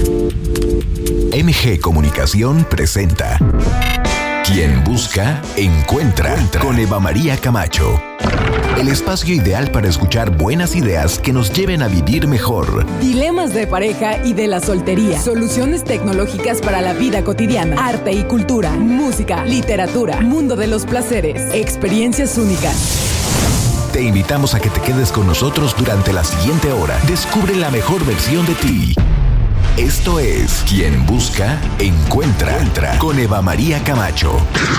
MG Comunicación presenta Quien busca, encuentra con Eva María Camacho. El espacio ideal para escuchar buenas ideas que nos lleven a vivir mejor. Dilemas de pareja y de la soltería. Soluciones tecnológicas para la vida cotidiana. Arte y cultura. Música, literatura. Mundo de los placeres. Experiencias únicas. Te invitamos a que te quedes con nosotros durante la siguiente hora. Descubre la mejor versión de ti. Esto es Quien busca, encuentra con Eva María Camacho.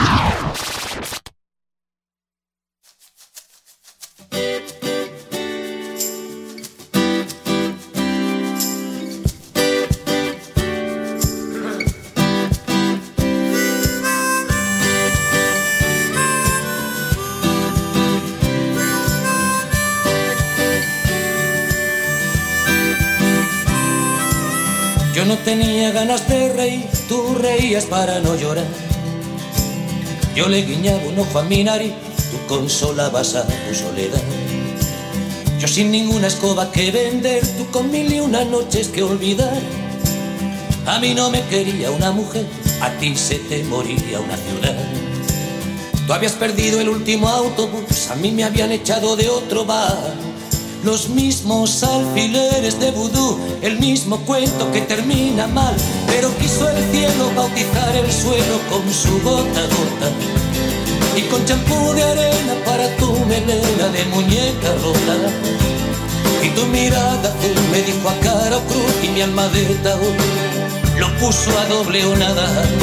Yo no tenía ganas de reír, tú reías para no llorar. Yo le guiñaba un ojo a mi nariz, tú consolabas a tu soledad. Yo sin ninguna escoba que vender, tú con mil y una noches que olvidar. A mí no me quería una mujer, a ti se te moría una ciudad. Tú habías perdido el último autobús, a mí me habían echado de otro bar. Los mismos alfileres de vudú, el mismo cuento que termina mal. Pero quiso el cielo bautizar el suelo con su gota a gota. Y con champú de arena para tu melena de muñeca rota. Y tu mirada azul me dijo a cara o cruz y mi alma de ataúd lo puso a doble o nada.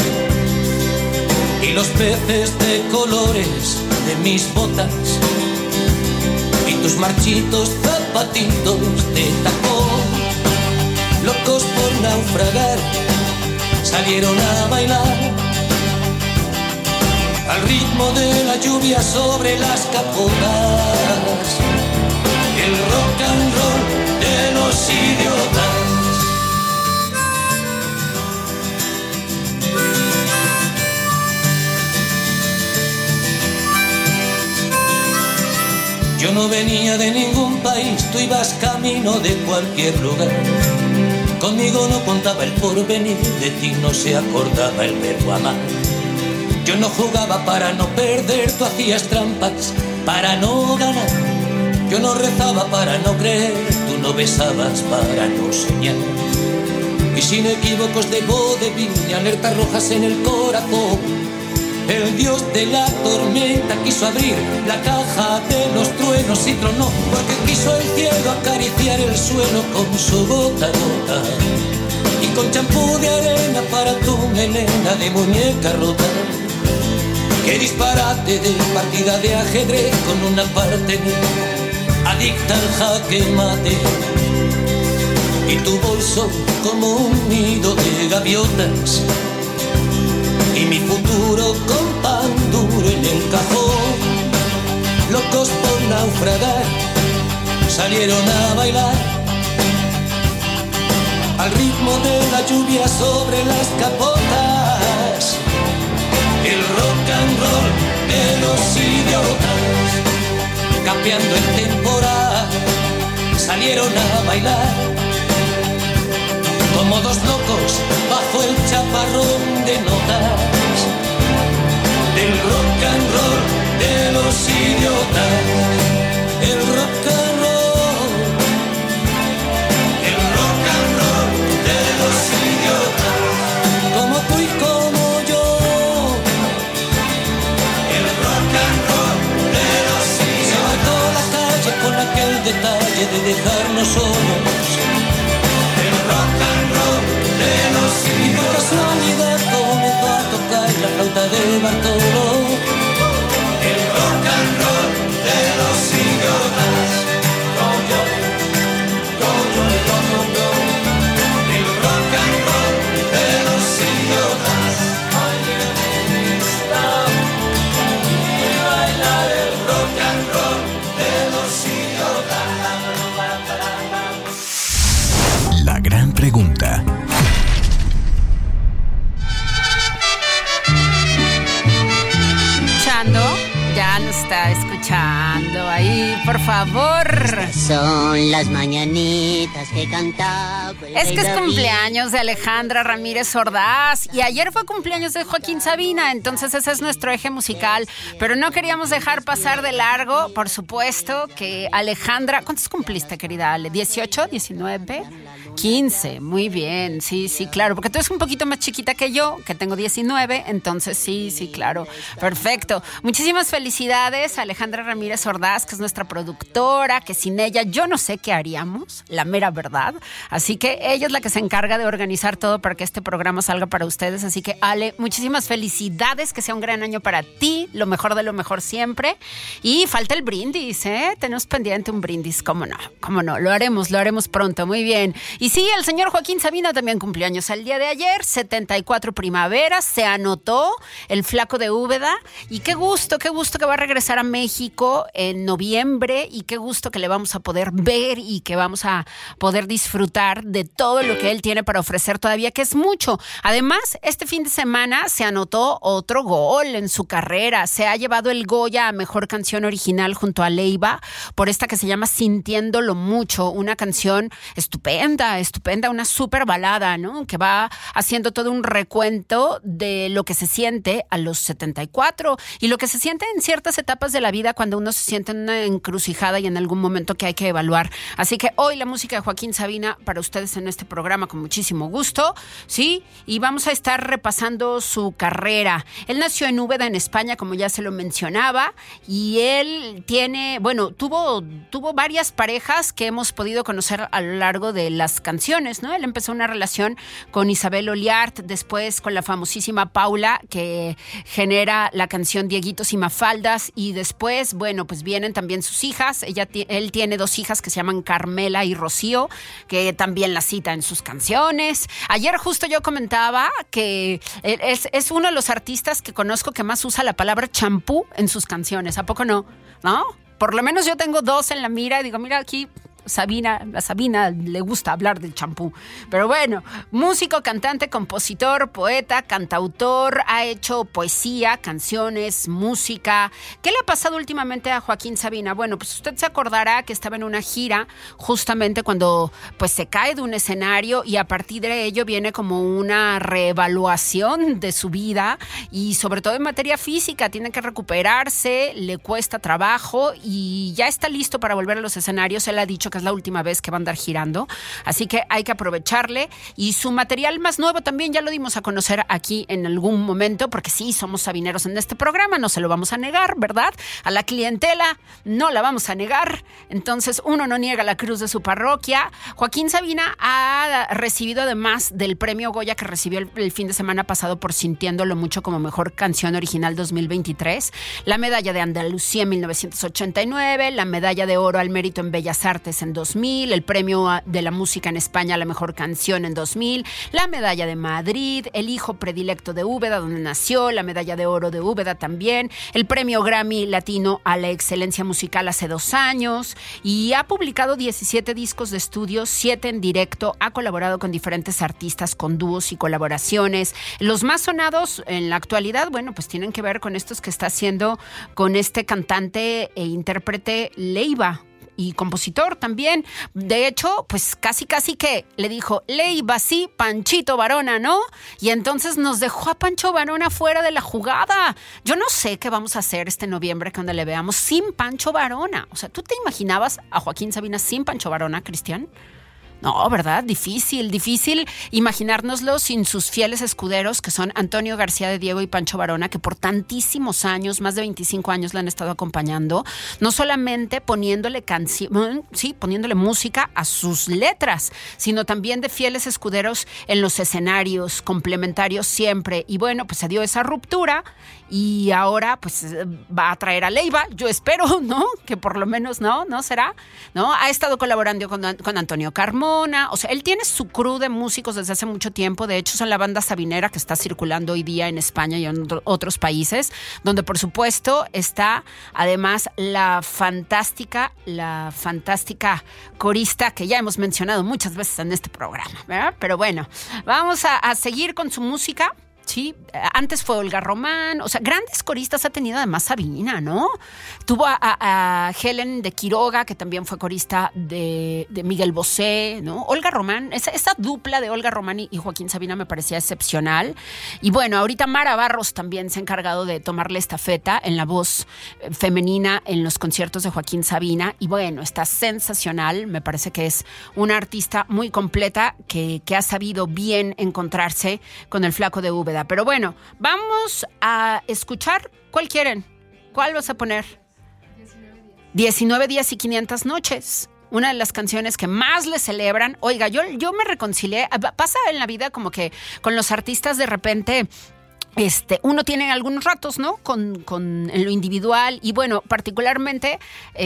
Y los peces de colores de mis botas y tus marchitos zapatitos de tacón, locos por naufragar, salieron a bailar al ritmo de la lluvia sobre las capotas. El rock and roll de los idiotas. Yo no venía de ningún país, tú ibas camino de cualquier lugar. Conmigo no contaba el porvenir, de ti no se acordaba el verbo amar. Yo no jugaba para no perder, tú hacías trampas para no ganar. Yo no rezaba para no creer, tú no besabas para no soñar. Y sin equívocos de vodevil ni alertas rojas en el corazón, el dios de la tormenta quiso abrir la caja de los truenos y tronó, porque quiso el cielo acariciar el suelo con su gota a gota. Y con champú de arena para tu melena de muñeca rota. Qué disparate de partida de ajedrez con una parte adicta al jaque mate. Y tu bolso como un nido de gaviotas. Y mi futuro con pan duro en el cajón. Locos por naufragar, salieron a bailar al ritmo de la lluvia sobre las capotas. El rock and roll de los idiotas. Capeando el temporal, salieron a bailar como dos locos bajo el chaparrón de notas del rock and roll de los idiotas. El rock and roll, el rock and roll de los idiotas. Como tú y como yo. El rock and roll de los idiotas. Se mató la calle con aquel detalle de dejarnos solos. Y por casualidad comenzó a tocar la flauta de Bartolo. El rock and roll de los idiotas. El rock and roll de los idiotas. Y bailar el rock and roll de los idiotas. La gran pregunta. Ya nos está escuchando ahí por favor. Son las mañanitas que cantaba. Es que es cumpleaños de Alejandra Ramírez Ordaz y ayer fue cumpleaños de Joaquín Sabina, entonces ese es nuestro eje musical, pero no queríamos dejar pasar de largo, por supuesto, que Alejandra... ¿Cuántos cumpliste, querida Ale? ¿18? ¿19? 15, muy bien, sí, claro, porque tú eres un poquito más chiquita que yo, que tengo 19, entonces sí, claro, perfecto. Muchísimas felicidades a Alejandra Ramírez Ordaz, que es nuestra productora, que sin ella yo no sé qué haríamos, la mera verdad, así que ella es la que se encarga de organizar todo para que este programa salga para ustedes, así que Ale, muchísimas felicidades, que sea un gran año para ti, lo mejor de lo mejor siempre, y falta el brindis, tenemos pendiente un brindis, cómo no, lo haremos pronto, muy bien. Y sí, el señor Joaquín Sabina también cumplió años el día de ayer, 74 primaveras, se anotó el flaco de Úbeda y qué gusto que va a regresar a México en noviembre y qué gusto que le vamos a poder ver y que vamos a poder disfrutar de todo lo que él tiene para ofrecer todavía, que es mucho. Además, este fin de semana se anotó otro gol en su carrera, se ha llevado el Goya a Mejor Canción Original junto a Leiva por esta que se llama Sintiéndolo Mucho, una canción estupenda, una súper balada, ¿no? Que va haciendo todo un recuento de lo que se siente a los 74 y lo que se siente en ciertas etapas de la vida cuando uno se siente en una encrucijada y en algún momento que hay que evaluar. Así que hoy la música de Joaquín Sabina para ustedes en este programa con muchísimo gusto, ¿sí? Y vamos a estar repasando su carrera. Él nació en Úbeda, en España, como ya se lo mencionaba, y él tuvo varias parejas que hemos podido conocer a lo largo de las canciones, ¿no? Él empezó una relación con Isabel Oliart, después con la famosísima Paula, que genera la canción Dieguitos y Mafaldas, y después, bueno, pues vienen también sus hijas. Él tiene 2 hijas que se llaman Carmela y Rocío, que también la cita en sus canciones. Ayer justo yo comentaba que es uno de los artistas que conozco que más usa la palabra champú en sus canciones. ¿A poco no? ¿No? Por lo menos yo tengo 2 en la mira y digo, mira aquí... a Sabina le gusta hablar del champú. Pero bueno, músico, cantante, compositor, poeta, cantautor, ha hecho poesía, canciones, música. ¿Qué le ha pasado últimamente a Joaquín Sabina? Bueno, pues usted se acordará que estaba en una gira justamente cuando pues se cae de un escenario y a partir de ello viene como una reevaluación de su vida y sobre todo en materia física, tiene que recuperarse, le cuesta trabajo y ya está listo para volver a los escenarios. Él ha dicho que es la última vez que va a andar girando, así que hay que aprovecharle y su material más nuevo también ya lo dimos a conocer aquí en algún momento, porque sí, somos sabineros en este programa, no se lo vamos a negar, ¿verdad? A la clientela no la vamos a negar, entonces uno no niega la cruz de su parroquia. Joaquín Sabina ha recibido, además del premio Goya que recibió el fin de semana pasado por Sintiéndolo Mucho como Mejor Canción Original 2023, la medalla de Andalucía en 1989, la medalla de oro al mérito en Bellas Artes en 2000, el premio de la música en España a la mejor canción en 2000, la medalla de Madrid, el hijo predilecto de Úbeda, donde nació, la medalla de oro de Úbeda también, el premio Grammy Latino a la excelencia musical hace 2 años y ha publicado 17 discos de estudio, 7 en directo, ha colaborado con diferentes artistas con dúos y colaboraciones. Los más sonados en la actualidad, bueno, pues tienen que ver con estos que está haciendo con este cantante e intérprete Leiva, y compositor también. De hecho, pues casi que le dijo Leiva sí, Panchito Varona, ¿no? Y entonces nos dejó a Pancho Varona fuera de la jugada. Yo no sé qué vamos a hacer este noviembre cuando le veamos sin Pancho Varona. O sea, ¿tú te imaginabas a Joaquín Sabina sin Pancho Varona, Cristian? No, ¿verdad? Difícil imaginárnoslo sin sus fieles escuderos, que son Antonio García de Diego y Pancho Varona, que por tantísimos años, más de 25 años, le han estado acompañando, no solamente poniéndole poniéndole música a sus letras, sino también de fieles escuderos en los escenarios, complementarios siempre. Y bueno, pues se dio esa ruptura y ahora pues va a traer a Leiva, yo espero, ¿no? Que por lo menos, ¿no será? ¿No? Ha estado colaborando con Antonio Carmona, o sea, él tiene su crew de músicos desde hace mucho tiempo. De hecho, son la banda sabinera que está circulando hoy día en España y en otros países, donde por supuesto está además la fantástica corista que ya hemos mencionado muchas veces en este programa, ¿verdad? Pero bueno, vamos a seguir con su música. sí. Antes fue Olga Román, o sea, grandes coristas ha tenido además Sabina, ¿no? Tuvo a Helen de Quiroga, que también fue corista de Miguel Bosé, ¿no? Olga Román, esa dupla de Olga Román y Joaquín Sabina me parecía excepcional. Y bueno, ahorita Mara Barros también se ha encargado de tomarle estafeta en la voz femenina en los conciertos de Joaquín Sabina. Y bueno, está sensacional, me parece que es una artista muy completa que ha sabido bien encontrarse con el Flaco de Úbeda. Pero bueno, vamos a escuchar. ¿Cuál quieren? ¿Cuál vas a poner? 19 días y 500 noches. Una de las canciones que más le celebran. Oiga, yo me reconcilié. Pasa en la vida como que con los artistas de repente... uno tiene algunos ratos, ¿no? En lo individual. Y bueno, particularmente,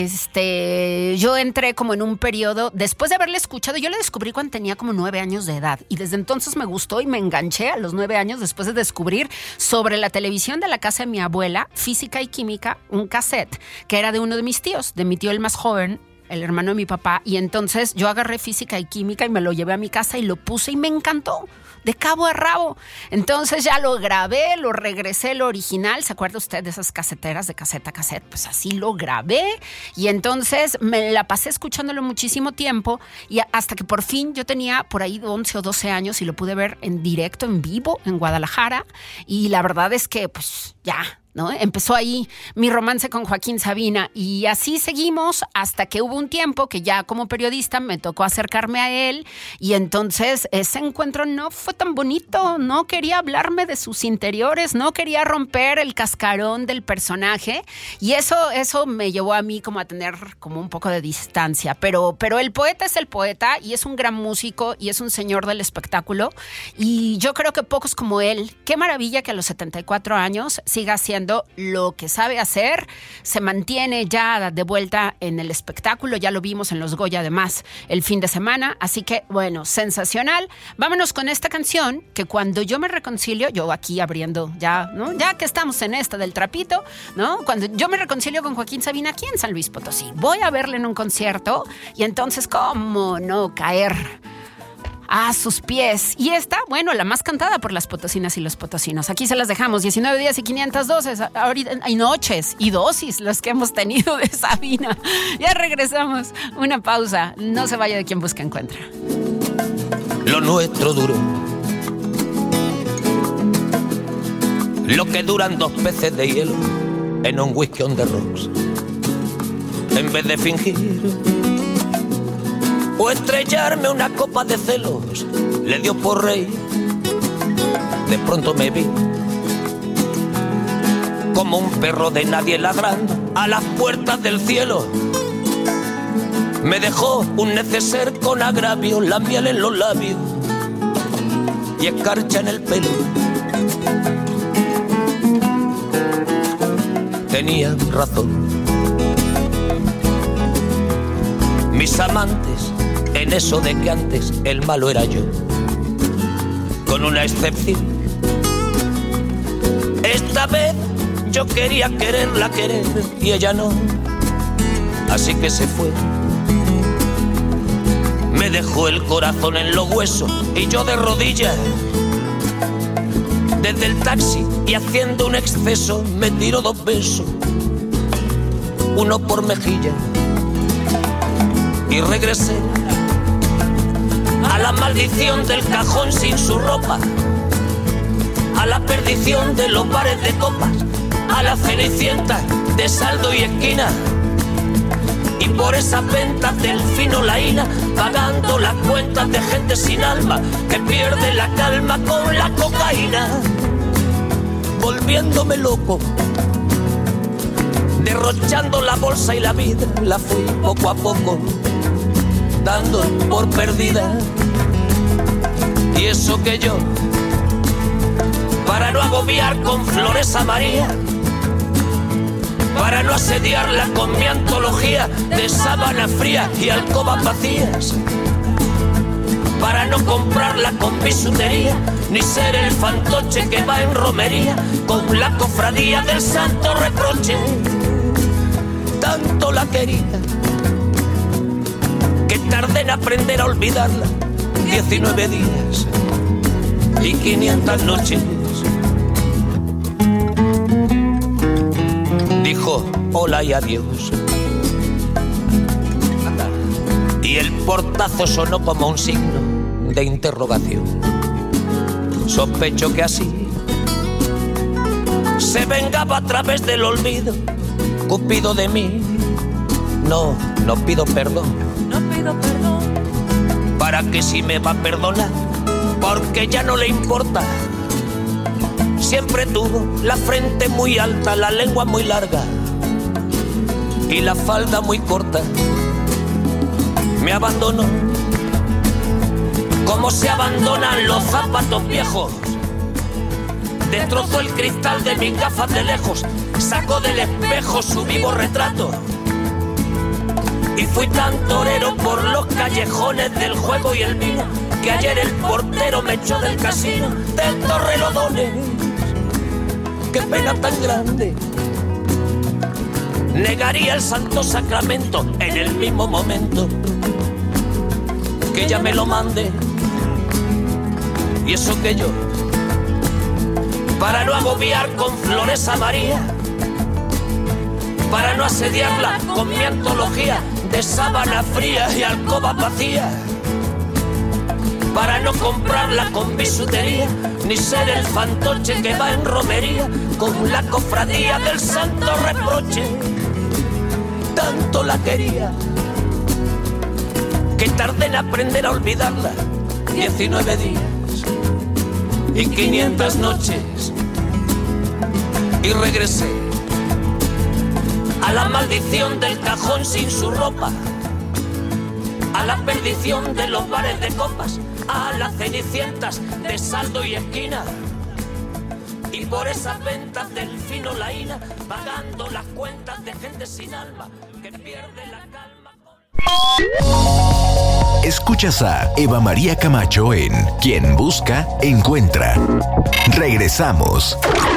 yo entré como en un periodo, después de haberle escuchado, yo le descubrí cuando tenía como 9 años de edad. Y desde entonces me gustó y me enganché a los 9 años después de descubrir sobre la televisión de la casa de mi abuela, Física y Química, un cassette que era de uno de mis tíos, de mi tío el más joven, el hermano de mi papá. Y entonces yo agarré Física y Química y me lo llevé a mi casa y lo puse y me encantó. De cabo a rabo. Entonces ya lo grabé, lo regresé, lo original. ¿Se acuerda usted de esas caseteras de caseta a cassette? Pues así lo grabé y entonces me la pasé escuchándolo muchísimo tiempo y hasta que por fin yo tenía por ahí 11 o 12 años y lo pude ver en directo, en vivo, en Guadalajara. Y la verdad es que pues ya... ¿no? Empezó ahí mi romance con Joaquín Sabina y así seguimos hasta que hubo un tiempo que ya como periodista me tocó acercarme a él y entonces ese encuentro no fue tan bonito, no quería hablarme de sus interiores, no quería romper el cascarón del personaje y eso me llevó a mí como a tener como un poco de distancia, pero el poeta es el poeta y es un gran músico y es un señor del espectáculo y yo creo que pocos como él, qué maravilla que a los 74 años siga haciendo lo que sabe hacer, se mantiene ya de vuelta en el espectáculo, ya lo vimos en los Goya además el fin de semana, así que bueno, sensacional. Vámonos con esta canción que cuando yo me reconcilio, yo aquí abriendo ya, ¿no? Ya que estamos en esta del trapito, ¿no? Cuando yo me reconcilio con Joaquín Sabina aquí en San Luis Potosí, voy a verle en un concierto y entonces cómo no caer a sus pies. Y esta, bueno, la más cantada por las potosinas y los potosinos. Aquí se las dejamos, 19 días y 500 dosis. Ahorita hay noches y dosis las que hemos tenido de Sabina. Ya regresamos. Una pausa. No se vaya de Quien Busca Encuentra. Lo nuestro duró lo que duran 2 peces de hielo en un whisky on the rocks. En vez de fingir o estrellarme una copa de celos, le dio por reír. De pronto me vi como un perro de nadie ladrando a las puertas del cielo. Me dejó un neceser con agravio, la miel en los labios y escarcha en el pelo. Tenía razón. Mis amantes en eso de que antes el malo era yo, con una excepción. Esta vez yo quería quererla querer y ella no, así que se fue. Me dejó el corazón en los huesos y yo de rodillas desde el taxi y haciendo un exceso me tiró 2 besos, uno por mejilla, y regresé a la maldición del cajón sin su ropa, a la perdición de los bares de copas, a la cenicienta de saldo y esquina, y por esas ventas del fino laína, pagando las cuentas de gente sin alma que pierde la calma con la cocaína, volviéndome loco, derrochando la bolsa y la vida, la fui poco a poco dando por perdida. Y eso que yo, para no agobiar con flores a María, para no asediarla con mi antología de sábana fría y alcobas vacías, para no comprarla con bisutería, ni ser el fantoche que va en romería con la cofradía del santo reproche. Tanto la quería que tardé en aprender a olvidarla 19 días y 500 noches. dijo hola y adiós. Y el portazo sonó como un signo de interrogación. Sospecho que así se vengaba a través del olvido Cupido de mí. No pido perdón. No pido perdón. ¿Para qué si me va a perdonar? Porque ya no le importa. Siempre tuvo la frente muy alta, la lengua muy larga y la falda muy corta. Me abandonó como se abandonan los zapatos viejos. Destrozó el cristal de mis gafas de lejos, sacó del espejo su vivo retrato. Y fui tan torero por los callejones del juego y el vino, que ayer el portero me echó del casino del Torrelodones. Qué pena tan grande. Negaría el santo sacramento en el mismo momento que ella me lo mande. Y eso que yo, para no agobiar con flores a María, para no asediarla con mi antología de sábana fría y alcoba vacía, para no comprarla con bisutería, ni ser el fantoche que va en romería con la cofradía del santo reproche. Tanto la quería que tardé en aprender a olvidarla 19 días y 500 noches, y regresé a la maldición del cajón sin su ropa, a la perdición de los bares de copas, a las cenicientas de saldo y esquina, y por esas ventas del fino laína, pagando las cuentas de gente sin alma que pierde la calma. Escuchas a Eva María Camacho en Quien Busca, Encuentra. Regresamos.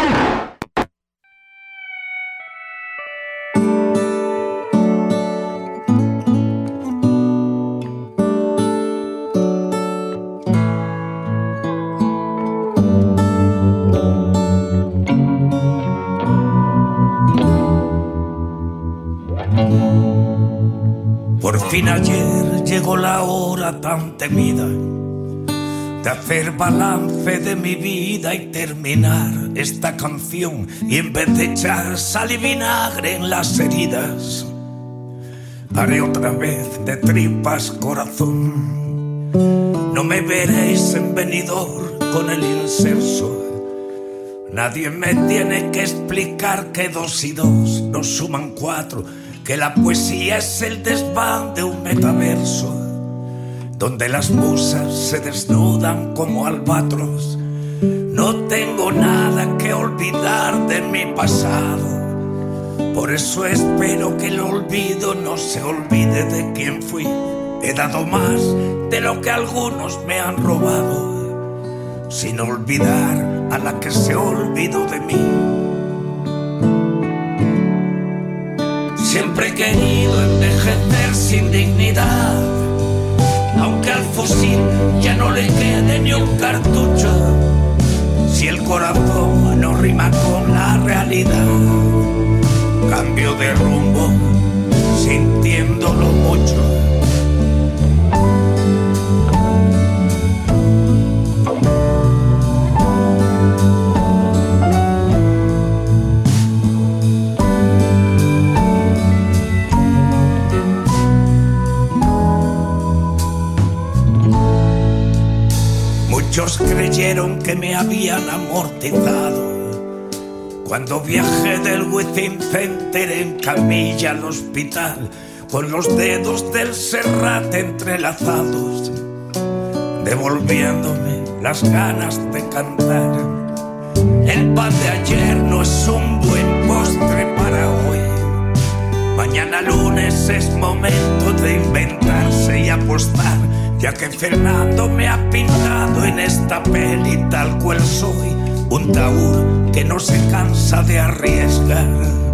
Por fin ayer llegó la hora tan temida de hacer balance de mi vida y terminar esta canción, y en vez de echar sal y vinagre en las heridas, haré otra vez de tripas corazón. No me veréis en Benidorm con el incenso. Nadie me tiene que explicar que 2 y 2 no suman 4, que la poesía es el desván de un metaverso, donde las musas se desnudan como albatros. No tengo nada que olvidar de mi pasado, por eso espero que el olvido no se olvide de quién fui. He dado más de lo que algunos me han robado, sin olvidar a la que se olvidó de mí. Siempre he querido envejecer sin dignidad, aunque al fusil ya no le quede ni un cartucho. Si el corazón no rima con la realidad, cambio de rumbo sintiéndolo mucho. Muchos creyeron que me habían amortizado cuando viajé del Within Center en camilla al hospital, con los dedos del Serrat entrelazados, devolviéndome las ganas de cantar. El pan de ayer no es un buen postre para hoy. Mañana lunes es momento de inventarse y apostar, ya que Fernando me ha pintado en esta peli tal cual soy, un taur que no se cansa de arriesgar.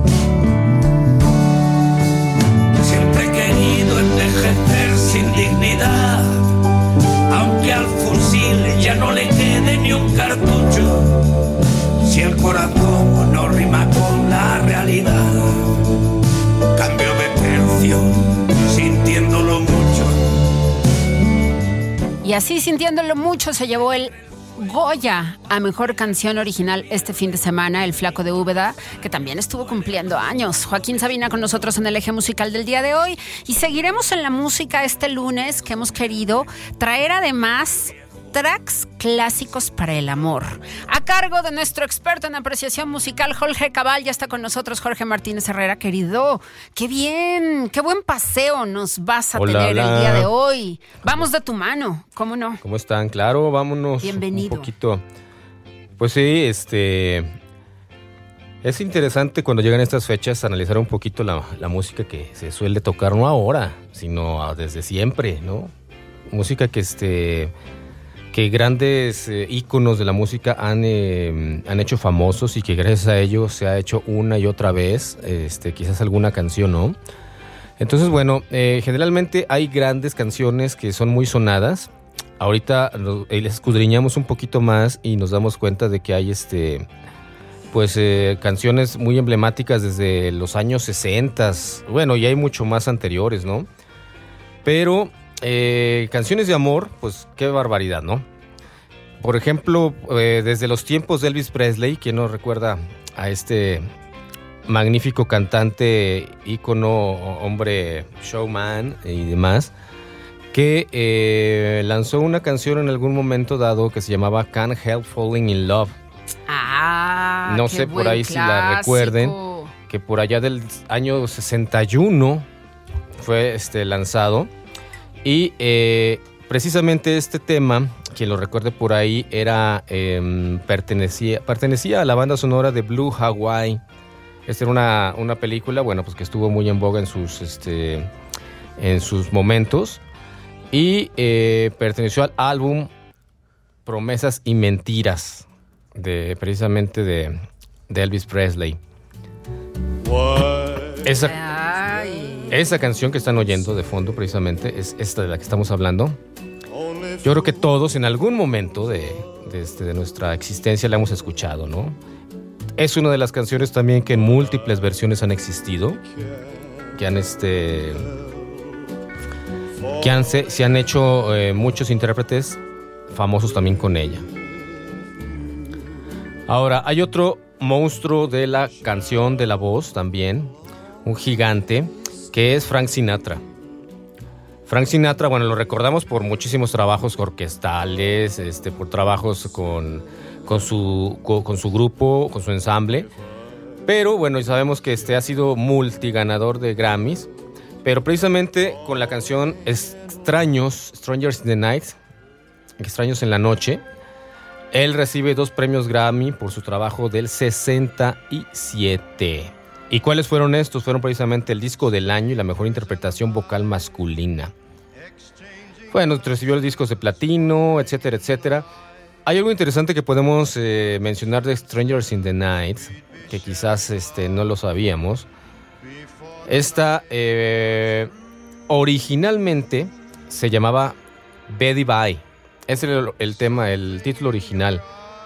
Siempre he querido envejecer sin dignidad, aunque al fusil ya no le quede ni un cartucho. Si el corazón no rima con la realidad, así, sintiéndolo mucho, se llevó el Goya a Mejor Canción Original este fin de semana, El Flaco de Úbeda, que también estuvo cumpliendo años. Joaquín Sabina con nosotros en el eje musical del día de hoy. Y seguiremos en la música este lunes, que hemos querido traer además tracks clásicos para el amor, a cargo de nuestro experto en apreciación musical, Jorge Cabal. Ya está con nosotros Jorge Martínez Herrera, querido. ¡Qué bien! ¡Qué buen paseo nos vas a tener el día de hoy! Vamos de tu mano, ¿cómo no? ¿Cómo están? Claro, vámonos. Bienvenido. Un poquito. Pues sí, es interesante cuando llegan estas fechas analizar un poquito la música que se suele tocar, no ahora, sino desde siempre, ¿no? Música que grandes íconos de la música han hecho famosos y que gracias a ellos se ha hecho una y otra vez, quizás alguna canción, ¿no? Entonces, bueno, generalmente hay grandes canciones que son muy sonadas. Ahorita les escudriñamos un poquito más y nos damos cuenta de que hay canciones muy emblemáticas desde los años 60, bueno, y hay mucho más anteriores, ¿no? Pero canciones de amor, pues qué barbaridad, ¿no? Por ejemplo, desde los tiempos de Elvis Presley, ¿quién no recuerda a este magnífico cantante, ícono, hombre, showman y demás, que lanzó una canción en algún momento dado que se llamaba Can't Help Falling in Love? No sé por ahí clásico. Si la recuerden, que por allá del año 61 fue lanzado. Y precisamente este tema, quien lo recuerde por ahí, pertenecía a la banda sonora de Blue Hawaii. Esta era una película, bueno, pues que estuvo muy en boga en sus momentos. Y perteneció al álbum Promesas y Mentiras, precisamente de Elvis Presley. Esa canción que están oyendo de fondo precisamente es esta de la que estamos hablando. Yo creo que todos en algún momento de nuestra existencia la hemos escuchado, ¿no? Es una de las canciones también que en múltiples versiones han existido, se han hecho muchos intérpretes famosos también con ella. Ahora, hay otro monstruo de la canción, de la voz también, un gigante, que es Frank Sinatra. Frank Sinatra, bueno, lo recordamos por muchísimos trabajos orquestales, por trabajos con su grupo, con su ensamble. Pero bueno, sabemos que ha sido multiganador de Grammys. Pero precisamente con la canción Strangers in the Night, Extraños en la Noche, él recibe 2 premios Grammy por su trabajo del 67. ¿Y cuáles fueron estos? Fueron precisamente el disco del año y la mejor interpretación vocal masculina. Bueno, recibió los discos de platino, etcétera, etcétera. Hay algo interesante que podemos mencionar de Strangers in the Night, que quizás no lo sabíamos. Esta originalmente se llamaba Betty Bye. Ese era el tema, el título original.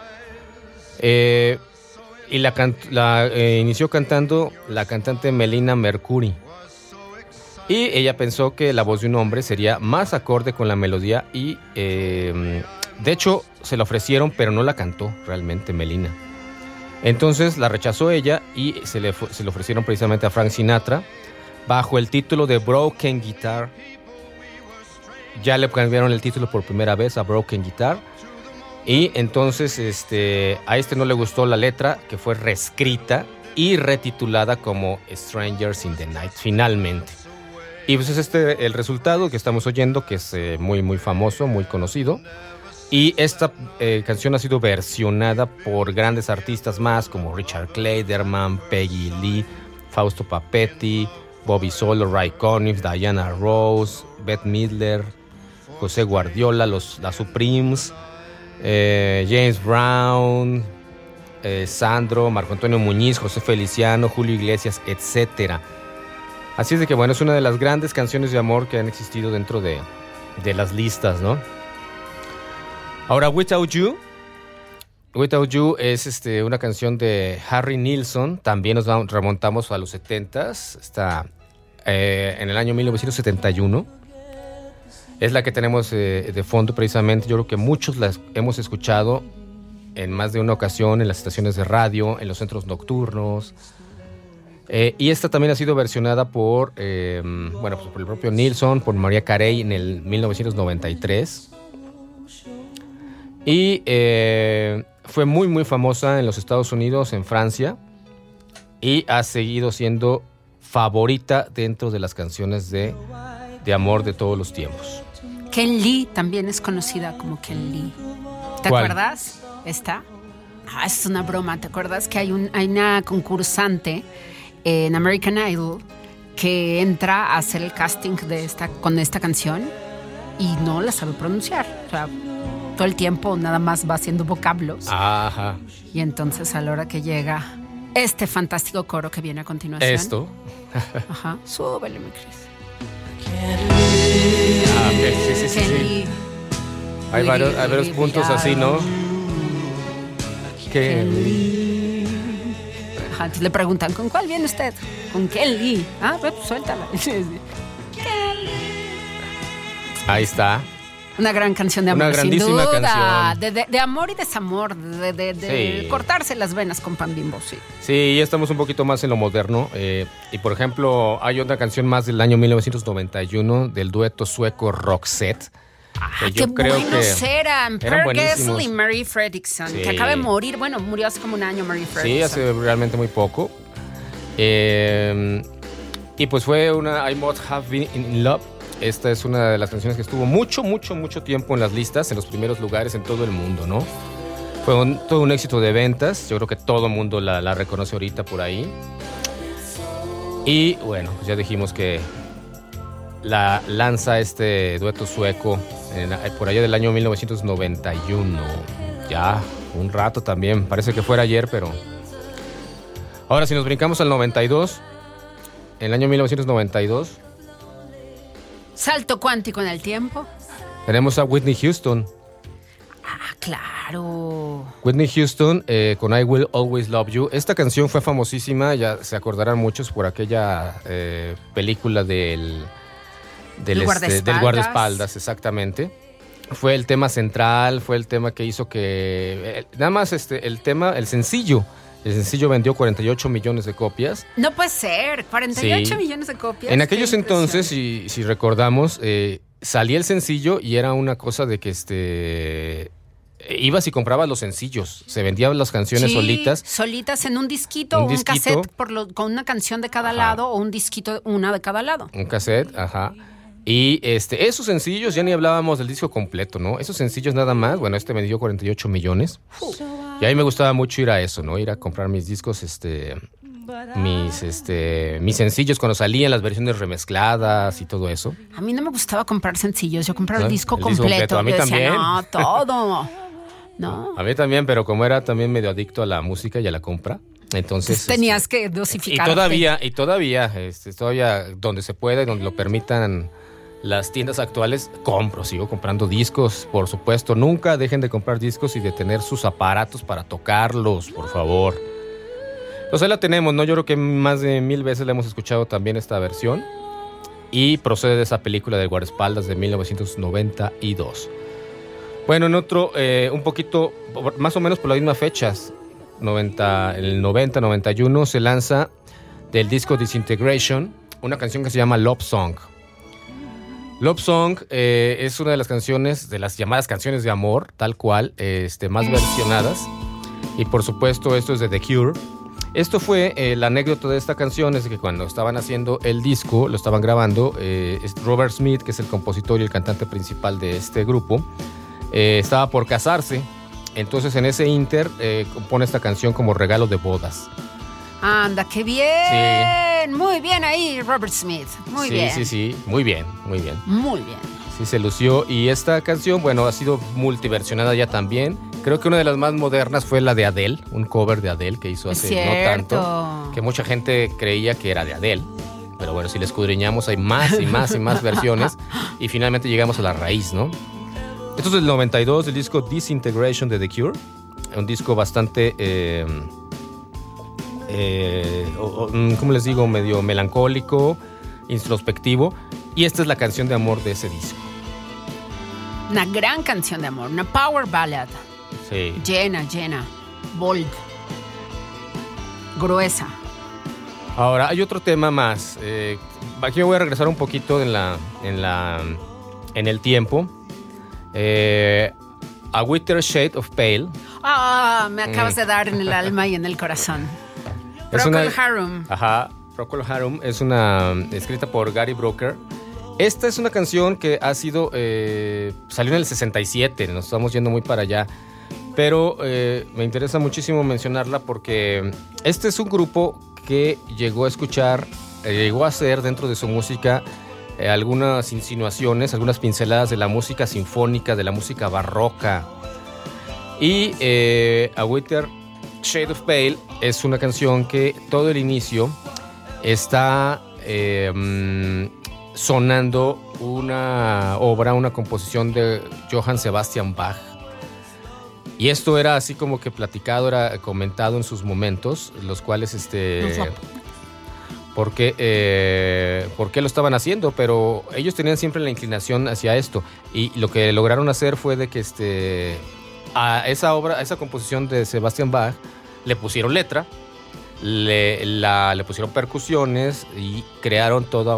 Y la inició cantando la cantante Melina Mercury. Y ella pensó que la voz de un hombre sería más acorde con la melodía y de hecho se la ofrecieron, pero no la cantó realmente Melina. Entonces la rechazó ella y se le ofrecieron precisamente a Frank Sinatra bajo el título de Broken Guitar. Ya le cambiaron el título por primera vez a Broken Guitar. Y entonces a no le gustó la letra, que fue reescrita y retitulada como Strangers in the Night finalmente. Y pues es el resultado que estamos oyendo, que es muy muy famoso, muy conocido. Y esta canción ha sido versionada por grandes artistas más como Richard Clayderman, Peggy Lee, Fausto Papetti, Bobby Solo, Ray Conniff, Diana Ross, Bette Midler, José Guardiola, las Supremes, James Brown, Sandro, Marco Antonio Muñiz, José Feliciano, Julio Iglesias, etc. Así es de que bueno, es una de las grandes canciones de amor que han existido dentro de las listas, ¿no? Ahora, Without You es una canción de Harry Nilsson. También nos remontamos a los 70s. Está en el año 1971. Es la que tenemos de fondo precisamente. Yo creo que muchos las hemos escuchado en más de una ocasión en las estaciones de radio, en los centros nocturnos. Y esta también ha sido versionada por, por el propio Nilsson, por Mariah Carey en el 1993. Y fue muy, muy famosa en los Estados Unidos, en Francia. Y ha seguido siendo favorita dentro de las canciones de amor de todos los tiempos. Ken Lee también es conocida como Ken Lee. ¿Te acuerdas? ¿Esta? Es una broma. ¿Te acuerdas que hay una concursante en American Idol que entra a hacer el casting con esta canción y no la sabe pronunciar? O sea, todo el tiempo nada más va haciendo vocablos. Ajá. Y entonces a la hora que llega este fantástico coro que viene a continuación. Esto. Ajá. Súbele, mi Cris. Sí. Hay varios puntos así, ¿no? Kelly. Ajá, entonces le preguntan, ¿con cuál viene usted? Con Kelly. Ah, pues suéltala. Ahí está. Una gran canción de amor, una grandísima sin duda. Canción. De amor y desamor, de cortarse las venas con Pan Bimbo, sí. Sí, ya estamos un poquito más en lo moderno. Y por ejemplo, hay otra canción más del año 1991 del dueto sueco Roxette. Qué buenos eran. Per Gessle y Mary Fredriksson, sí. Que acaba de morir. Bueno, murió hace como un año Mary Fredriksson. Sí, hace realmente muy poco. Y pues fue una I Must Have Been in Love. Esta es una de las canciones que estuvo mucho tiempo en las listas, en los primeros lugares en todo el mundo, ¿no? Fue todo un éxito de ventas. Yo creo que todo el mundo la reconoce ahorita por ahí. Y bueno, pues ya dijimos que la lanza este dueto sueco por allá del año 1991. Ya, un rato también. Parece que fuera ayer, pero... Ahora, si nos brincamos al 92, en el año 1992... Salto cuántico en el tiempo. Tenemos a Whitney Houston. Ah, claro. Whitney Houston con I Will Always Love You. Esta canción fue famosísima, ya se acordarán muchos por aquella película del guardaespaldas, exactamente. Fue el tema central, fue el tema que hizo que... nada más el sencillo vendió 48 millones de copias. No puede ser, 48 millones de copias. En aquellos entonces, si recordamos, salía el sencillo y era una cosa de que ibas y comprabas los sencillos. Se vendían las canciones solitas. Solitas en un disquito o un cassette con una canción de cada lado o un disquito, una de cada lado. Un cassette, ajá. Y esos sencillos, ya ni hablábamos del disco completo, ¿no? Esos sencillos nada más, bueno, me dio 48 millones. Y a mí me gustaba mucho ir a eso, ¿no? Ir a comprar mis discos, mis sencillos cuando salían las versiones remezcladas y todo eso. A mí no me gustaba comprar sencillos, yo compraba el disco completo. A mí también. No, todo. No. A mí también, pero como era también medio adicto a la música y a la compra, entonces tenías que dosificar. Y todavía donde se pueda y donde lo permitan las tiendas actuales, sigo comprando discos, por supuesto. Nunca dejen de comprar discos y de tener sus aparatos para tocarlos, por favor. Pues ahí la tenemos, ¿no? Yo creo que más de 1000 veces la hemos escuchado también esta versión. Y procede de esa película de guardaespaldas de 1992. Bueno, en otro, un poquito, más o menos por las mismas fechas, en el 90-91 se lanza del disco Disintegration una canción que se llama Love Song. Love Song es una de las canciones, de las llamadas canciones de amor, tal cual, más versionadas. Y por supuesto esto es de The Cure. Esto fue la anécdota de esta canción, es que cuando estaban haciendo el disco, lo estaban grabando, Robert Smith, que es el compositor y el cantante principal de este grupo, estaba por casarse. Entonces en ese inter compone esta canción como regalo de bodas. Anda, qué bien. Sí. Muy bien ahí, Robert Smith. Muy bien. Sí. Muy bien. Muy bien. Sí, se lució. Y esta canción, bueno, ha sido multiversionada ya también. Creo que una de las más modernas fue la de Adele, un cover de Adele que hizo hace no tanto. Que mucha gente creía que era de Adele. Pero bueno, si le escudriñamos, hay más y más versiones. Y finalmente llegamos a la raíz, ¿no? Esto es del 92, el disco Disintegration de The Cure. Un disco bastante... ¿cómo les digo? Medio melancólico, introspectivo. Y esta es la canción de amor de ese disco. Una gran canción de amor, una power ballad. Sí. Llena, bold, gruesa. Ahora, hay otro tema más. Aquí me voy a regresar un poquito en el tiempo. A Whiter Shade of Pale. Me acabas de dar en el alma y en el corazón. Es Procol Harum. Ajá, Procol Harum es una escrita por Gary Brooker. Esta es una canción que ha sido salió en el 67, nos estamos yendo muy para allá. Pero me interesa muchísimo mencionarla porque este es un grupo que llegó a hacer dentro de su música algunas insinuaciones, algunas pinceladas de la música sinfónica, de la música barroca. Y A Whiter Shade of Pale es una canción que todo el inicio está sonando una composición de Johann Sebastian Bach. Y esto era así como que platicado, era comentado en sus momentos, los cuales por qué lo estaban haciendo, pero ellos tenían siempre la inclinación hacia esto. Y lo que lograron hacer fue de que a esa composición de Sebastian Bach le pusieron letra, le pusieron percusiones y crearon toda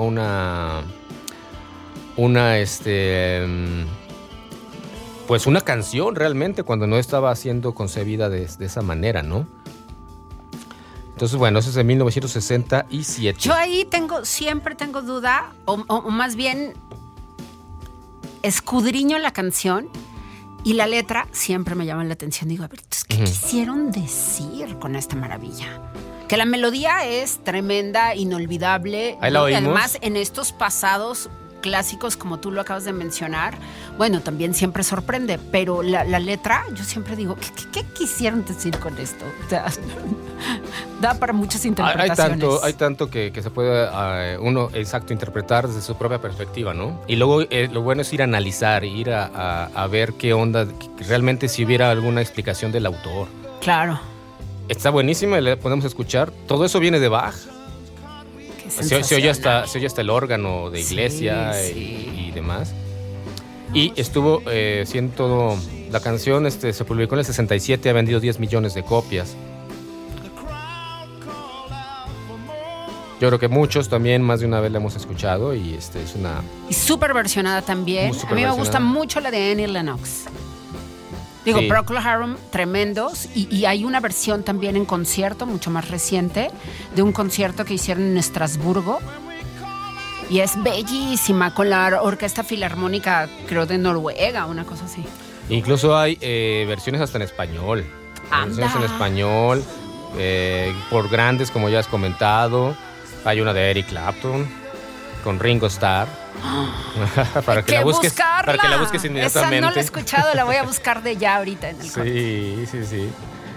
pues una canción realmente cuando no estaba siendo concebida de esa manera, ¿no? Entonces, bueno, eso es de 1967. Yo ahí siempre tengo duda, o más bien escudriño la canción y la letra siempre me llama la atención. Digo, a ver, ¿qué quisieron decir con esta maravilla? Que la melodía es tremenda, inolvidable. Ahí la oímos. Y además, en estos pasados clásicos, como tú lo acabas de mencionar, bueno, también siempre sorprende, pero la letra, yo siempre digo, ¿qué quisieron decir con esto? O sea, da para muchas interpretaciones. Hay tanto que se puede uno interpretar desde su propia perspectiva, ¿no? Y luego lo bueno es ir a analizar, ir a ver qué onda, realmente si hubiera alguna explicación del autor. Claro. Está buenísima, le podemos escuchar. Todo eso viene de Bach. Se oye hasta el órgano de iglesia y demás. Y estuvo siendo todo. La canción se publicó en el 67, ha vendido 10 millones de copias. Yo creo que muchos también más de una vez la hemos escuchado y es una. Y súper versionada también. A mí me gusta mucho la de Annie Lennox. Digo, sí. Procol Harum, tremendos. Y hay una versión también en concierto, mucho más reciente, de un concierto que hicieron en Estrasburgo. Y es bellísima, con la Orquesta Filarmónica, creo, de Noruega, una cosa así. Incluso hay versiones hasta en español. Versiones en español, por grandes, como ya has comentado. Hay una de Eric Clapton, con Ringo Starr. para que la busques inmediatamente. Esa no la he escuchado, la voy a buscar de ya ahorita en el corte. Sí.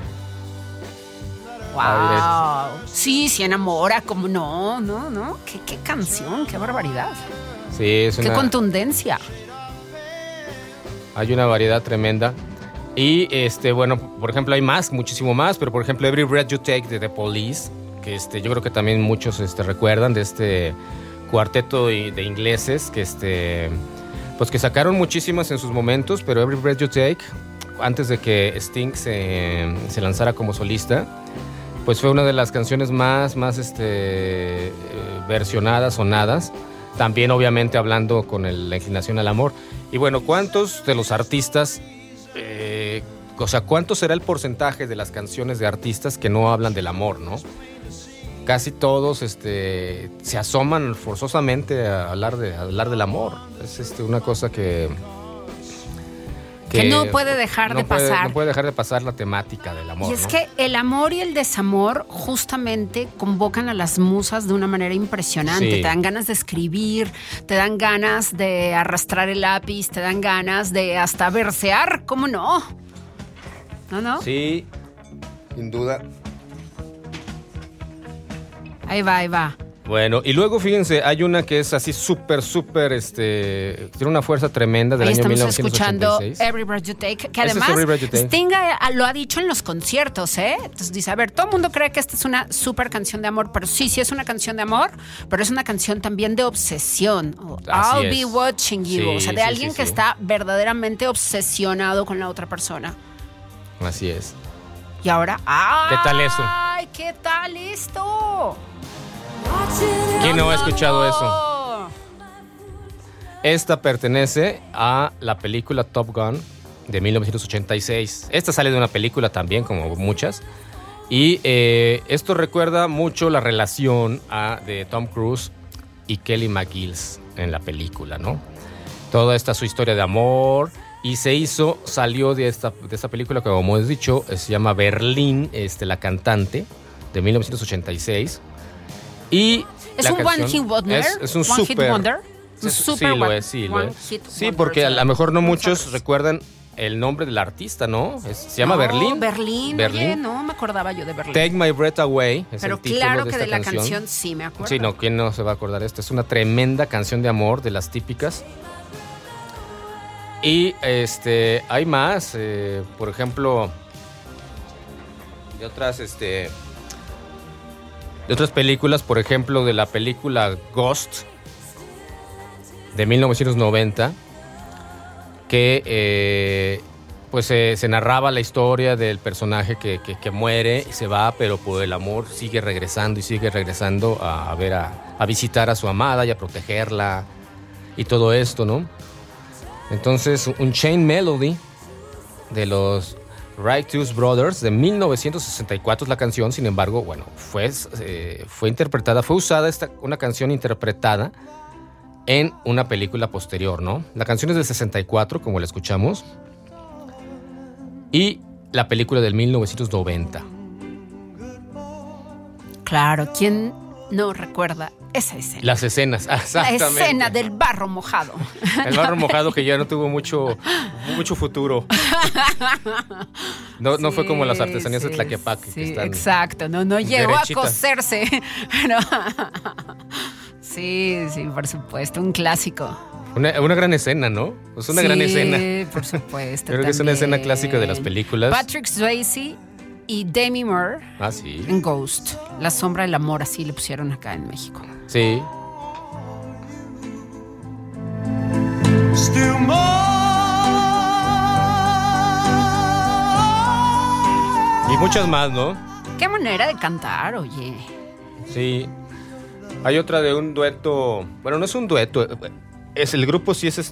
Wow. Sí, enamora, como no. Qué canción, qué barbaridad. Sí, es qué contundencia. Hay una variedad tremenda. Y bueno, por ejemplo, hay muchísimo más, pero por ejemplo, Every Breath You Take de The Police, que yo creo que también muchos recuerdan de este cuarteto de ingleses que pues que sacaron muchísimas en sus momentos, pero Every Breath You Take, antes de que Sting se lanzara como solista, pues fue una de las canciones más versionadas, sonadas, también obviamente hablando con la inclinación al amor. Y bueno, ¿cuántos de los artistas, cuánto será el porcentaje de las canciones de artistas que no hablan del amor, no? Casi todos se asoman forzosamente a hablar del amor. Es una cosa que no puede dejar de pasar. No puede dejar de pasar la temática del amor. Y es que el amor y el desamor justamente convocan a las musas de una manera impresionante. Sí. Te dan ganas de escribir, te dan ganas de arrastrar el lápiz, te dan ganas de hasta versear, ¿cómo no? ¿No? Sí, sin duda. Ahí va. Bueno, y luego fíjense, hay una que es así súper, tiene una fuerza tremenda del Ahí año estamos 1986. escuchando Every Breath You Take, que Ese es además Every Breath You Take. Sting lo ha dicho en los conciertos, ¿eh? Entonces dice, a ver, todo el mundo cree que esta es una súper canción de amor, pero sí es una canción de amor, pero es una canción también de obsesión. Así I'll es. be watching you. Sí, O sea, de sí, alguien sí, que sí. está verdaderamente obsesionado con la otra persona. Así es. Y ahora, ¡ay! ¿Qué tal eso? ¡Ay, qué tal esto! ¿Quién no ha escuchado eso? Esta pertenece a la película Top Gun de 1986. Esta sale de una película también, como muchas. Y esto recuerda mucho la relación de Tom Cruise y Kelly McGillis en la película, ¿no? Toda esta su historia de amor. Y salió de esta película que, como hemos dicho, se llama Berlín, la cantante, de 1986. Y ¿Es la un canción One Hit Wonder? es un One Hit super Wonder. Un sí, super lo one- es, sí, lo one es. hit Sí, wonder, porque a sí. lo mejor no muchos recuerdan el nombre del artista, ¿no? Se llama Berlín. Berlín. Oye, no me acordaba yo de Berlín. Take My Breath Away es Pero el título claro de que esta de la canción sí me acuerdo. Sí, no, ¿quién no se va a acordar de esto? Es una tremenda canción de amor, de las típicas. Y hay más, por ejemplo, de otras películas, por ejemplo, de la película Ghost de 1990, que se narraba la historia del personaje que muere y se va, pero por el amor sigue regresando a visitar a su amada y a protegerla y todo esto, ¿no? Entonces, un Chain Melody de los Righteous Brothers de 1964 es la canción. Sin embargo, bueno, fue usada una canción interpretada en una película posterior, ¿no? La canción es del 64, como la escuchamos, y la película del 1990. Claro, ¿quién no recuerda esa escena? Las escenas, exactamente. La escena del barro mojado. El barro mojado que ya no tuvo mucho futuro. No fue como las artesanías de Tlaquepaque. Sí, que están exacto, no llegó derechitas. a coserse. No. Sí, por supuesto, un clásico. Una gran escena, ¿no? Es una gran escena. Sí, por supuesto. Creo que es una también. escena clásica de las películas. Patrick Swayze y Demi Moore Ah, sí. en Ghost. La sombra del amor, así le pusieron acá en México. Sí. Y muchas más, ¿no? Qué manera de cantar, oye. Sí. Hay otra de un dueto. Bueno, no es un dueto. El grupo sí es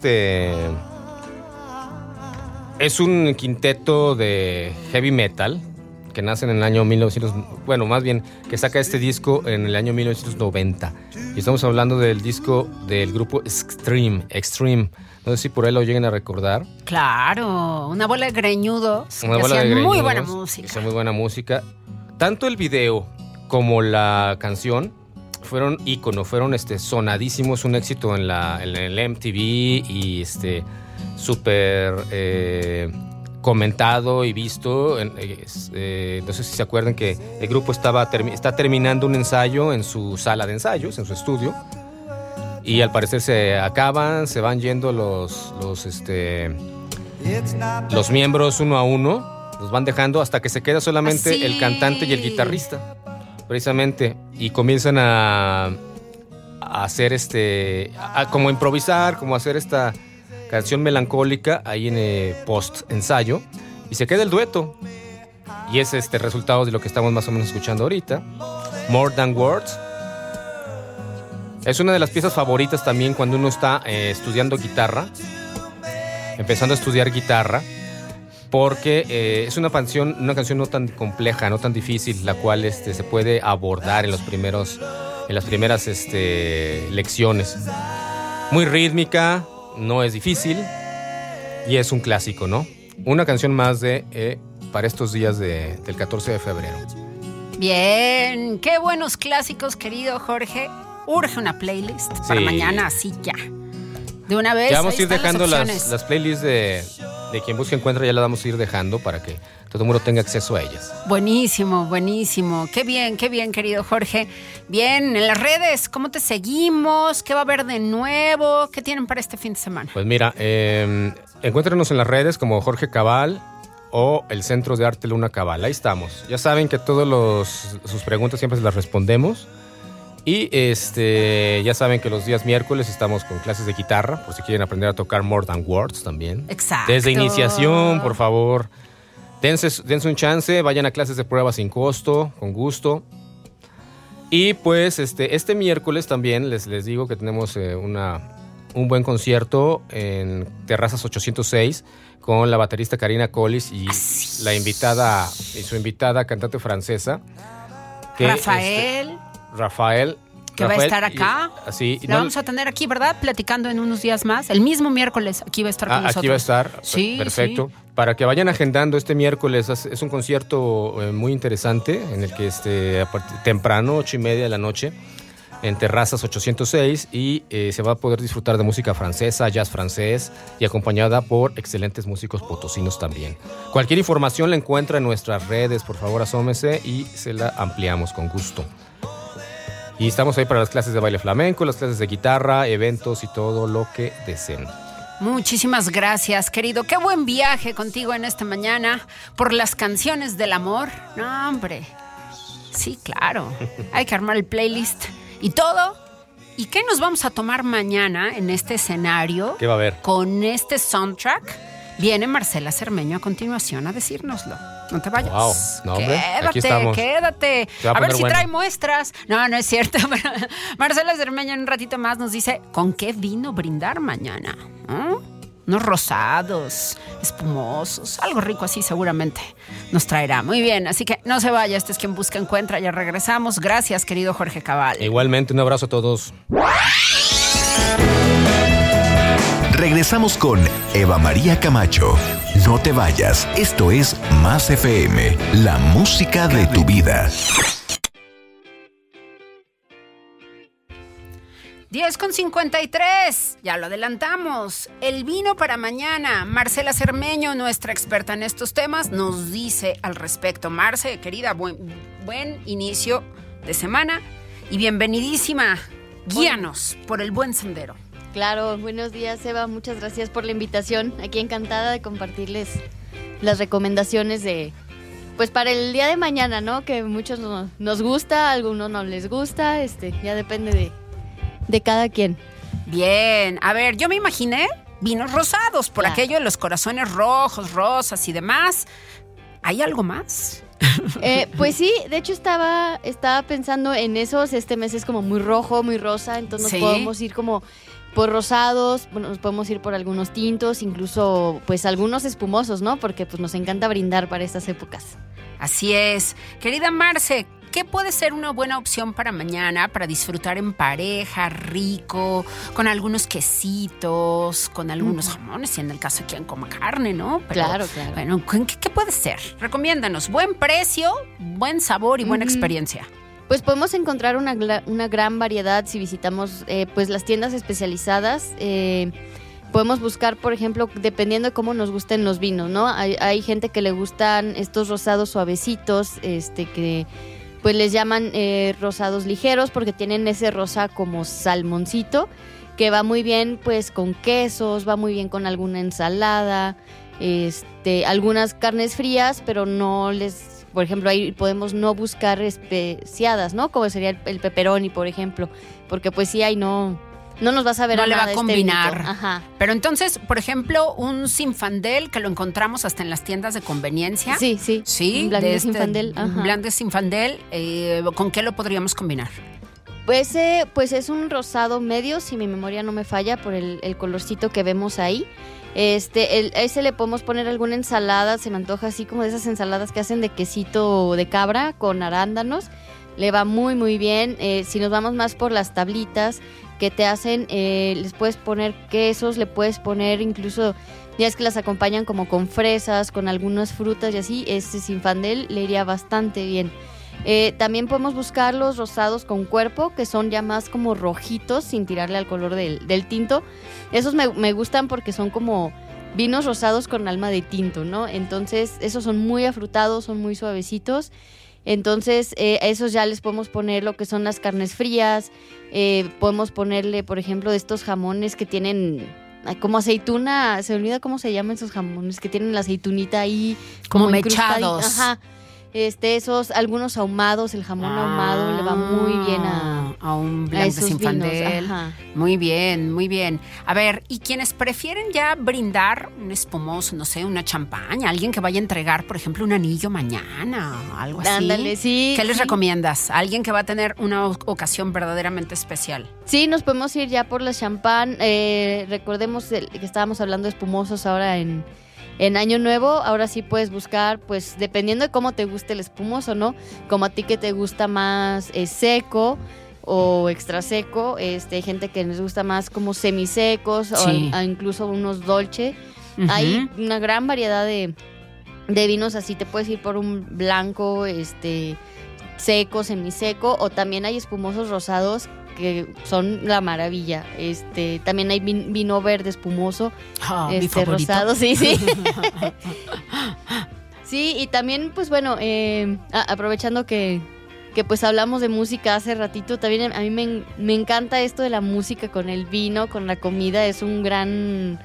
Es un quinteto de heavy metal que nace en el año 1900. Bueno, más bien que saca este disco en el año 1990. Y estamos hablando del disco del grupo Extreme. No sé si por ahí lo lleguen a recordar. Claro, una bola de greñudos. Una que bola de hacían muy greñudos, buena música. hacían muy buena música. Tanto el video como la canción fueron ícono, fueron sonadísimos, un éxito en el MTV y súper comentado y visto. No sé si se acuerdan que el grupo está terminando un ensayo en su sala de ensayos, en su estudio. Y al parecer se van yendo los miembros uno a uno, los van dejando hasta que se queda solamente Así. el cantante y el guitarrista, precisamente, y comienzan a hacer como improvisar, como hacer esta canción melancólica ahí en post ensayo, y se queda el dueto, y es resultado de lo que estamos más o menos escuchando ahorita, More Than Words. Es una de las piezas favoritas también cuando uno está estudiando guitarra, empezando a estudiar guitarra, porque es una canción no tan compleja, no tan difícil, la cual se puede abordar en las primeras lecciones. Muy rítmica, no es difícil y es un clásico, ¿no? Una canción más para estos días del 14 de febrero. Bien, qué buenos clásicos, querido Jorge. Urge una playlist para Sí. mañana, así ya. De una vez. Ya vamos ahí a ir están dejando opciones. las playlists de de Quien Busca Encuentra ya la vamos a ir dejando para que todo el mundo tenga acceso a ellas. Buenísimo, buenísimo. Qué bien, querido Jorge. Bien, en las redes, ¿cómo te seguimos? ¿Qué va a haber de nuevo? ¿Qué tienen para este fin de semana? Pues mira, encuéntrenos en las redes como Jorge Cabal o el Centro de Arte Luna Cabal. Ahí estamos. Ya saben que todas sus preguntas siempre se las respondemos. Y ya saben que los días miércoles estamos con clases de guitarra, por si quieren aprender a tocar More Than Words también. Exacto. Desde iniciación, por favor, dense un chance, vayan a clases de prueba sin costo, con gusto. Y pues este miércoles también les digo que tenemos un buen concierto en Terrazas 806 con la baterista Karina Collis y su invitada cantante francesa. Rafael. Que va a estar acá. La vamos a tener aquí, ¿verdad? Platicando en unos días más. El mismo miércoles aquí va a estar con nosotros. Aquí va a estar. Sí, perfecto. Sí. Para que vayan agendando este miércoles. Es un concierto muy interesante en el que temprano, 8:30 de la noche, en Terrazas 806 y se va a poder disfrutar de música francesa, jazz francés y acompañada por excelentes músicos potosinos también. Cualquier información la encuentra en nuestras redes. Por favor, asómese y se la ampliamos con gusto. Y estamos ahí para las clases de baile flamenco, las clases de guitarra, eventos y todo lo que deseen. Muchísimas gracias, querido. Qué buen viaje contigo en esta mañana por las canciones del amor. No, hombre. Sí, claro. Hay que armar el playlist y todo. ¿Y qué nos vamos a tomar mañana en este escenario? ¿Qué va a haber? Con este soundtrack. Viene Marcela Cermeño a continuación a decírnoslo. No te vayas. Wow. No, hombre, aquí estamos. Quédate. A ver si trae muestras. No es cierto. Marcela Cermeño en un ratito más nos dice ¿con qué vino brindar mañana? Unos rosados, espumosos, algo rico así seguramente nos traerá. Muy bien, así que no se vaya. Este es Quien Busca Encuentra. Ya regresamos. Gracias, querido Jorge Cabal. Igualmente, un abrazo a todos. Regresamos con Eva María Camacho. No te vayas. Esto es Más FM, la música de tu vida. 10:53, ya lo adelantamos. El vino para mañana. Marcela Cermeño, nuestra experta en estos temas, nos dice al respecto. Marce, querida, buen inicio de semana y bienvenidísima. Guíanos por el buen sendero. Claro, buenos días, Eva, muchas gracias por la invitación. Aquí encantada de compartirles las recomendaciones pues para el día de mañana, ¿no? Que muchos nos gusta, a algunos no les gusta, ya depende de cada quien. Bien, a ver, yo me imaginé vinos rosados por aquello de los corazones rojos, rosas y demás. ¿Hay algo más? Pues sí, de hecho estaba pensando en esos. Este mes es como muy rojo, muy rosa, entonces nos podemos ir como por rosados, bueno, nos podemos ir por algunos tintos, incluso pues algunos espumosos, ¿no? Porque pues nos encanta brindar para estas épocas. Así es. Querida Marce, ¿qué puede ser una buena opción para mañana para disfrutar en pareja, rico, con algunos quesitos, con algunos jamones, si en el caso de quien coma carne, ¿no? Pero, claro. Bueno, ¿qué puede ser? Recomiéndanos. Buen precio, buen sabor y buena experiencia. Pues podemos encontrar una gran variedad si visitamos pues las tiendas especializadas. Podemos buscar, por ejemplo, dependiendo de cómo nos gusten los vinos, ¿no? Hay gente que le gustan estos rosados suavecitos, que pues les llaman rosados ligeros porque tienen ese rosa como salmoncito que va muy bien pues con quesos, va muy bien con alguna ensalada, algunas carnes frías, pero no les... Por ejemplo, ahí podemos no buscar especiadas, ¿no? Como sería el pepperoni, por ejemplo, porque pues sí, ahí no nos vas a ver no le nada va a combinar. Ajá. Pero entonces, por ejemplo, un Zinfandel que lo encontramos hasta en las tiendas de conveniencia. Sí. Un Blanc Zinfandel. Un Blanc de Zinfandel. ¿Con qué lo podríamos combinar? Pues es un rosado medio, si mi memoria no me falla, por el colorcito que vemos ahí. Ese le podemos poner alguna ensalada, se me antoja así como de esas ensaladas que hacen de quesito de cabra con arándanos. Le va muy muy bien. Si nos vamos más por las tablitas que te hacen, les puedes poner quesos, le puedes poner incluso, ya es que las acompañan como con fresas, con algunas frutas y así. Zinfandel le iría bastante bien. También podemos buscar los rosados con cuerpo, que son ya más como rojitos, sin tirarle al color del tinto. Esos me gustan porque son como vinos rosados con alma de tinto, ¿no? Entonces, esos son muy afrutados, son muy suavecitos. Entonces, a esos ya les podemos poner lo que son las carnes frías. Podemos ponerle, por ejemplo, de estos jamones que tienen como aceituna. Se me olvida cómo se llaman esos jamones que tienen la aceitunita ahí. Como mechados. Ajá. Esos, algunos ahumados, el jamón ahumado le va muy bien a un Blanc de Zinfandel. Muy bien, muy bien. A ver, y quienes prefieren ya brindar un espumoso, no sé, una champaña, alguien que vaya a entregar, por ejemplo, un anillo mañana, algo así. Ándale, sí. ¿Qué les recomiendas? Alguien que va a tener una ocasión verdaderamente especial. Sí, nos podemos ir ya por la champán. Recordemos que estábamos hablando de espumosos ahora en Año Nuevo. Ahora sí puedes buscar, pues dependiendo de cómo te guste el espumoso, ¿no? Como a ti que te gusta más seco o extra seco. Hay gente que les gusta más como semisecos, sí, o incluso unos dolce. Uh-huh. Hay una gran variedad de vinos, así te puedes ir por un blanco, seco, semiseco, o también hay espumosos rosados que son la maravilla. También hay vino verde espumoso, rosado, sí. Sí, y también, pues bueno, aprovechando que pues hablamos de música hace ratito, también a mí me encanta esto de la música con el vino, con la comida. Es un gran,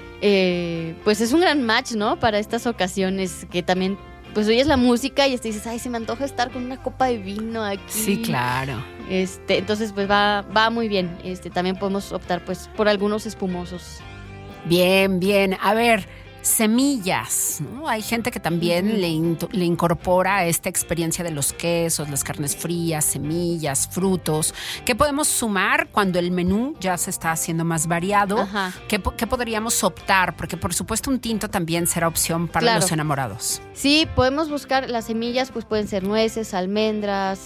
pues es un gran match, ¿no? Para estas ocasiones que también, pues oyes la música y dices, ay, se me antoja estar con una copa de vino aquí. Sí, claro. Entonces, pues va muy bien. También podemos optar, pues, por algunos espumosos. Bien, bien. A ver, semillas, ¿no? Hay gente que también le incorpora esta experiencia de los quesos, las carnes frías, semillas, frutos. ¿Qué podemos sumar cuando el menú ya se está haciendo más variado? Ajá. ¿Qué podríamos optar? Porque por supuesto un tinto también será opción para los enamorados. Sí, podemos buscar las semillas, pues pueden ser nueces, almendras,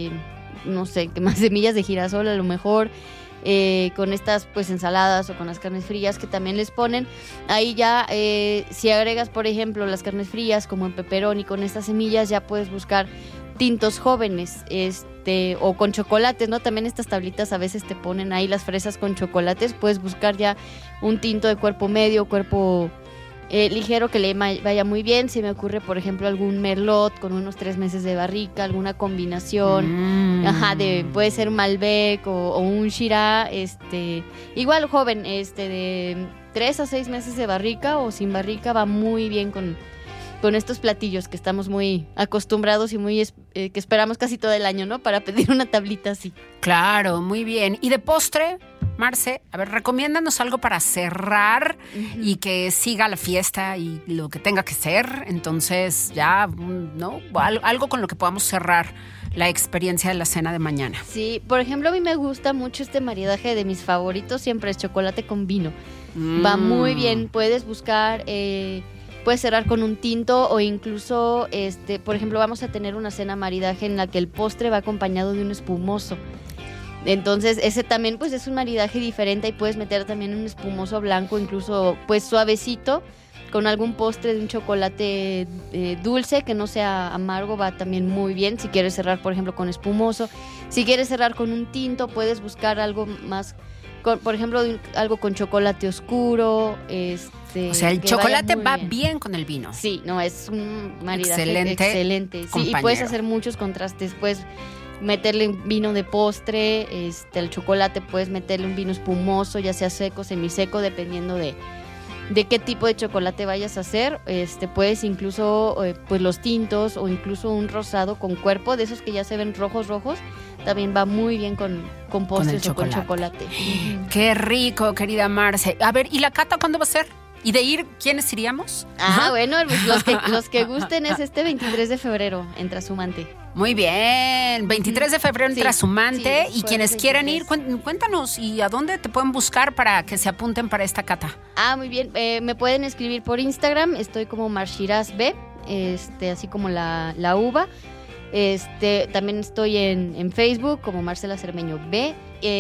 no sé, qué más, semillas de girasol a lo mejor. Con estas pues ensaladas o con las carnes frías que también les ponen. Ahí ya si agregas, por ejemplo, las carnes frías como en pepperoni con estas semillas, ya puedes buscar tintos jóvenes, o con chocolates, ¿no? También estas tablitas a veces te ponen ahí las fresas con chocolates. Puedes buscar ya un tinto de cuerpo medio, cuerpo ligero, que le vaya muy bien. Se me ocurre, por ejemplo, algún merlot con unos 3 meses de barrica, alguna combinación, puede ser un Malbec o un Shiraz, igual joven, de 3 a 6 meses de barrica o sin barrica, va muy bien con estos platillos que estamos muy acostumbrados y muy que esperamos casi todo el año, ¿no? Para pedir una tablita así. Claro, muy bien. ¿Y de postre? Marce, a ver, recomiéndanos algo para cerrar y que siga la fiesta y lo que tenga que ser. Entonces, ya, ¿no? Algo con lo que podamos cerrar la experiencia de la cena de mañana. Sí, por ejemplo, a mí me gusta mucho este maridaje. De mis favoritos siempre es chocolate con vino. Va muy bien. Puedes buscar, puedes cerrar con un tinto o incluso, por ejemplo, vamos a tener una cena maridaje en la que el postre va acompañado de un espumoso. Entonces ese también pues es un maridaje diferente y puedes meter también un espumoso blanco, incluso pues suavecito, con algún postre de un chocolate dulce que no sea amargo, va también muy bien. Si quieres cerrar, por ejemplo, con espumoso, si quieres cerrar con un tinto, puedes buscar algo más, por ejemplo, algo con chocolate oscuro. O sea, el chocolate va bien con el vino. Sí, no, es un maridaje excelente. Sí, y puedes hacer muchos contrastes, puedes meterle un vino de postre, el chocolate puedes meterle un vino espumoso, ya sea seco, semiseco, dependiendo de qué tipo de chocolate vayas a hacer. Puedes incluso, pues los tintos o incluso un rosado con cuerpo, de esos que ya se ven rojos, también va muy bien con postres o con chocolate. Qué rico, querida Marce. A ver, ¿y la cata cuándo va a ser? ¿Y de ir, quiénes iríamos? Bueno, los que gusten es 23 de febrero en Trashumante. Muy bien, 23 de febrero en Trashumante. Y quienes 23. Quieran ir, cuéntanos, ¿y a dónde te pueden buscar para que se apunten para esta cata? Muy bien, me pueden escribir por Instagram, estoy como Marshiraz B, así como la uva. También estoy en Facebook como Marcela Cermeño B,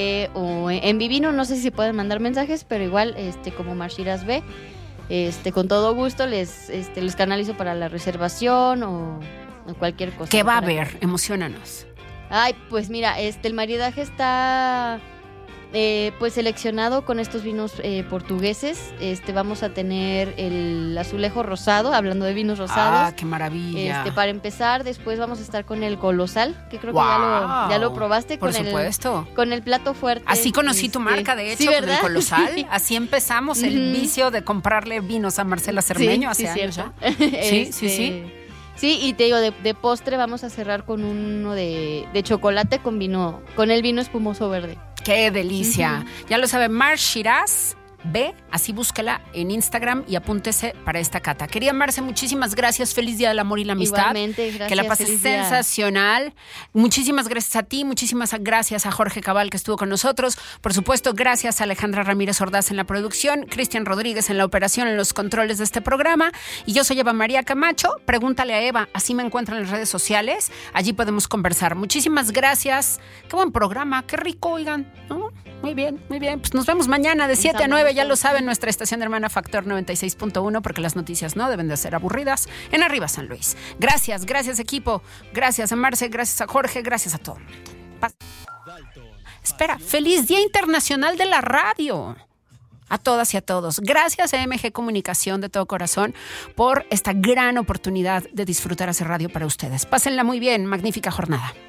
o en Vivino, no sé si pueden mandar mensajes, pero igual como Marshiraz B. Con todo gusto les canalizo para la reservación o cualquier cosa. ¿Qué va a haber? Emociónanos. Pues mira, el maridaje está pues seleccionado con estos vinos portugueses. Vamos a tener el azulejo rosado, hablando de vinos rosados. ¡Ah, qué maravilla! Para empezar, después vamos a estar con el colosal, que creo que ya lo probaste. Por supuesto. Con el plato fuerte. Así conocí tu marca, de hecho, sí, con el colosal. Sí. Así empezamos el vicio de comprarle vinos a Marcela Cermeño hace años ya. Sí. Sí, y te digo, de postre vamos a cerrar con uno de chocolate con el vino espumoso verde. ¡Qué delicia! Ya lo sabe, Mar Shiraz B, así búsquela en Instagram y apúntese para esta cata. Querida Marce, muchísimas gracias. Feliz Día del Amor y la Amistad. Igualmente, gracias. Que la pases sensacional. Muchísimas gracias a ti, muchísimas gracias a Jorge Cabal que estuvo con nosotros. Por supuesto, gracias a Alejandra Ramírez Ordaz en la producción, Cristian Rodríguez en la operación, en los controles de este programa. Y yo soy Eva María Camacho. Pregúntale a Eva, así me encuentran en las redes sociales. Allí podemos conversar. Muchísimas gracias. Qué buen programa, qué rico, oigan, ¿no? Muy bien, muy bien. Pues nos vemos mañana de 7 a 9, ya lo saben, nuestra estación hermana Factor 96.1, porque las noticias no deben de ser aburridas, en Arriba San Luis. Gracias equipo, gracias a Marce, gracias a Jorge, gracias a todo el mundo. Espera, feliz Día Internacional de la Radio. A todas y a todos. Gracias a MG Comunicación de todo corazón por esta gran oportunidad de disfrutar hacer radio para ustedes. Pásenla muy bien, magnífica jornada.